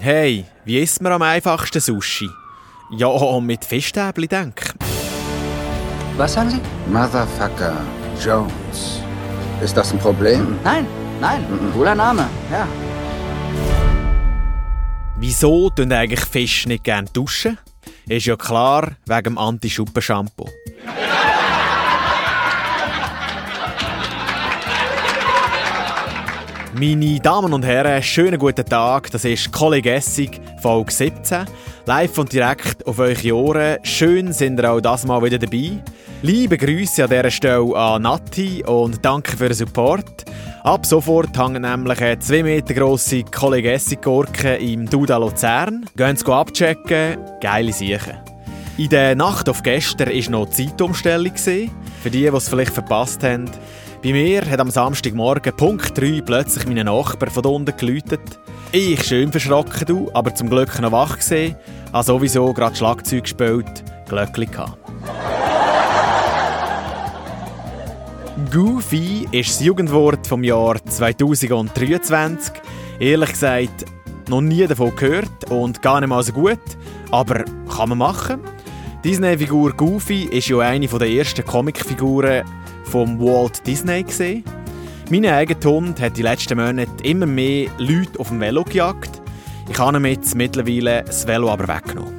Hey, wie isst man am einfachsten Sushi? Ja, mit Fischstäbli, denk. Was sagen Sie? Motherfucker Jones. Ist das ein Problem? Nein, cooler Name, ja. Wieso tun eigentlich Fische nicht gerne duschen? Ist ja klar, wegen dem Anti-Schuppen-Shampoo. Meine Damen und Herren, schönen guten Tag. Das ist Kollege Essig, Folge 17. Live und direkt auf eure Ohren. Schön sind ihr auch das Mal wieder dabei. Liebe Grüße an dieser Stelle an Nati und danke für den Support. Ab sofort hängen nämlich 2 Meter grosse Kollege Essig-Gurken im Duda Luzern. Gehen Sie abchecken, geile Sachen. In der Nacht auf gestern war noch die Zeitumstellung. Für die es vielleicht verpasst haben. Bei mir hat am Samstagmorgen Punkt 3 plötzlich mein Nachbar von unten geläutet. Ich schön verschrocken, du, aber zum Glück noch wach gesehen. Habe sowieso gerade Schlagzeug gespielt, Glöckli gehabt. Goofy ist das Jugendwort vom Jahr 2023. Ehrlich gesagt, noch nie davon gehört und gar nicht mal so gut. Aber kann man machen. Die Disney-Figur Goofy ist ja eine der ersten Comicfiguren vom Walt Disney gesehen. Mein eigener Hund hat die letzten Monate immer mehr Leute auf dem Velo gejagt. Ich habe ihm jetzt mittlerweile das Velo aber weggenommen.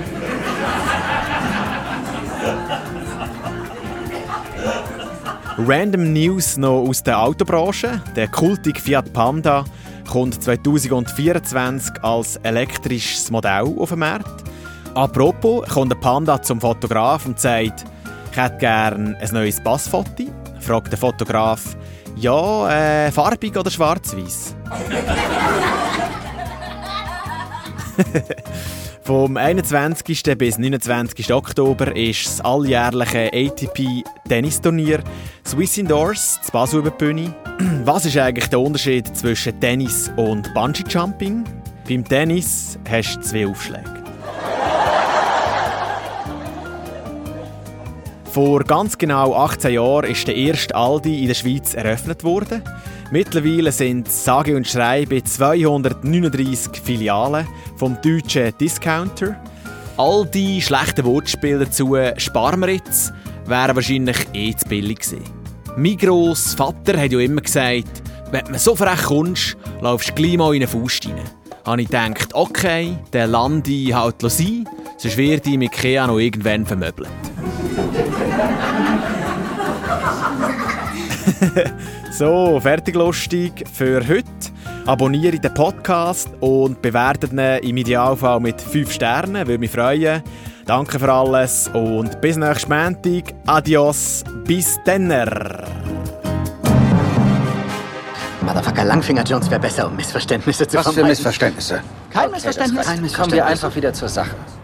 Random News noch aus der Autobranche. Der kultige Fiat Panda kommt 2024 als elektrisches Modell auf den Markt. Apropos, kommt der Panda zum Fotograf und sagt, ich hätte gerne ein neues Passfoto. Fragt der Fotograf, ja, farbig oder schwarz-weiß? Vom 21. bis 29. Oktober ist das alljährliche ATP-Tennisturnier Swiss Indoors zu Basel über die Bühne. Was ist eigentlich der Unterschied zwischen Tennis und Bungee-Jumping? Beim Tennis hast du 2 Aufschläge. Vor ganz genau 18 Jahren ist der erste Aldi in der Schweiz eröffnet worden. Mittlerweile sind sage und schreibe 239 Filialen vom deutschen Discounter. All die schlechten Wortspiele dazu, sparen wir jetzt, wären wahrscheinlich zu billig gewesen. Migros Vater hat ja immer gesagt, wenn du so frech kommst, laufst du gleich mal in eine Faust rein. Habe ich gedacht, okay, der lande ich halt sein, sonst werde ich mit Ikea noch irgendwann vermöbelt. So, fertig lustig für heute. Abonniere den Podcast und bewertet ihn im Idealfall mit 5 Sternen, würde mich freuen. Danke für alles und bis nächsten Montag. Adios, bis denner. Motherfucker Langfinger Jones wäre besser, um Missverständnisse zu Was vermeiden. für Missverständnisse? Kein Missverständnis. Kommen wir einfach wieder zur Sache.